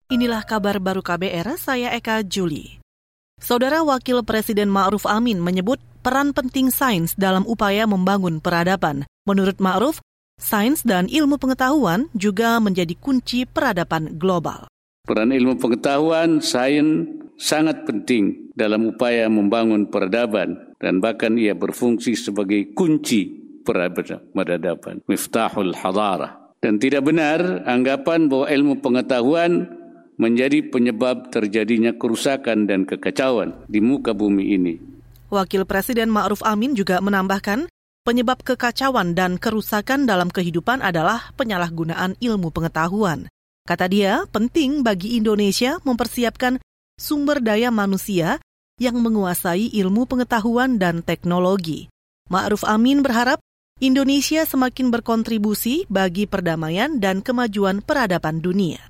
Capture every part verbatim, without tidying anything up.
Inilah kabar baru K B R, saya Eka Juli. Saudara Wakil Presiden Ma'ruf Amin menyebut peran penting sains dalam upaya membangun peradaban. Menurut Ma'ruf, sains dan ilmu pengetahuan juga menjadi kunci peradaban global. Peran ilmu pengetahuan, sains sangat penting dalam upaya membangun peradaban dan bahkan ia berfungsi sebagai kunci peradaban, miftahul hadara. Dan tidak benar anggapan bahwa ilmu pengetahuan menjadi penyebab terjadinya kerusakan dan kekacauan di muka bumi ini. Wakil Presiden Ma'ruf Amin juga menambahkan, penyebab kekacauan dan kerusakan dalam kehidupan adalah penyalahgunaan ilmu pengetahuan. Kata dia, penting bagi Indonesia mempersiapkan sumber daya manusia yang menguasai ilmu pengetahuan dan teknologi. Ma'ruf Amin berharap Indonesia semakin berkontribusi bagi perdamaian dan kemajuan peradaban dunia.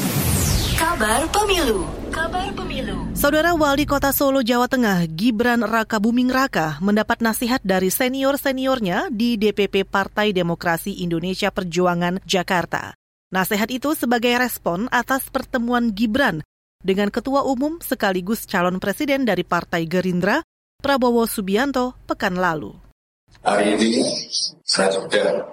Kabar Pemilu. Kabar Pemilu. Saudara Wali Kota Solo, Jawa Tengah, Gibran Rakabuming Raka mendapat nasihat dari senior-seniornya di D P P Partai Demokrasi Indonesia Perjuangan Jakarta. Nasihat itu sebagai respon atas pertemuan Gibran dengan Ketua Umum sekaligus calon presiden dari Partai Gerindra, Prabowo Subianto, pekan lalu. Hari ini saya sudah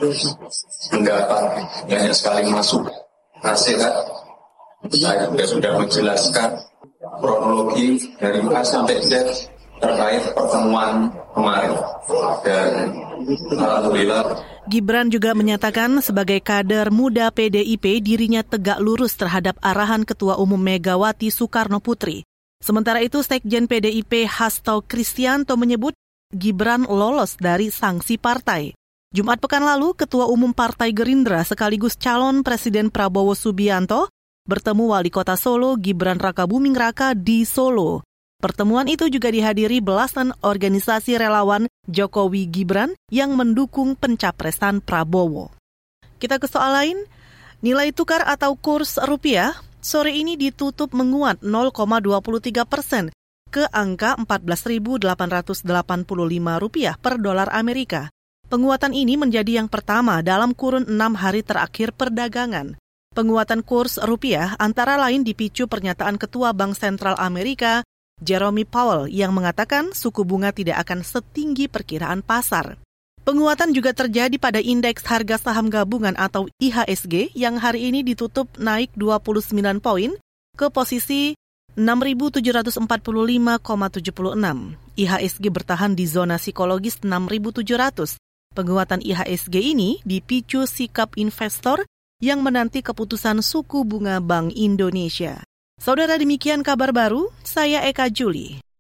mendapat banyak sekali masuk nasihat. Saya juga sudah menjelaskan kronologi dari A sampai Z terkait pertemuan kemarin. Dan alhamdulillah. Gibran juga menyatakan sebagai kader muda P D I P dirinya tegak lurus terhadap arahan Ketua Umum Megawati Soekarno Putri. Sementara itu Sekjen P D I P Hasto Kristianto menyebut Gibran lolos dari sanksi partai. Jumat pekan lalu Ketua Umum Partai Gerindra sekaligus calon Presiden Prabowo Subianto bertemu Wali Kota Solo Gibran Rakabuming Raka di Solo. Pertemuan itu juga dihadiri belasan organisasi relawan Jokowi Gibran yang mendukung pencapresan Prabowo. Kita ke soal lain, nilai tukar atau kurs rupiah sore ini ditutup menguat nol koma dua tiga persen ke angka empat belas ribu delapan ratus delapan puluh lima rupiah per dolar Amerika. Penguatan ini menjadi yang pertama dalam kurun enam hari terakhir perdagangan. Penguatan kurs rupiah antara lain dipicu pernyataan Ketua Bank Sentral Amerika, Jerome Powell, yang mengatakan suku bunga tidak akan setinggi perkiraan pasar. Penguatan juga terjadi pada indeks harga saham gabungan atau I H S G yang hari ini ditutup naik dua puluh sembilan poin ke posisi enam ribu tujuh ratus empat puluh lima koma tujuh enam. I H S G bertahan di zona psikologis enam ribu tujuh ratus. Penguatan I H S G ini dipicu sikap investor yang menanti keputusan suku bunga Bank Indonesia. Saudara, demikian kabar baru, saya Eka Juli.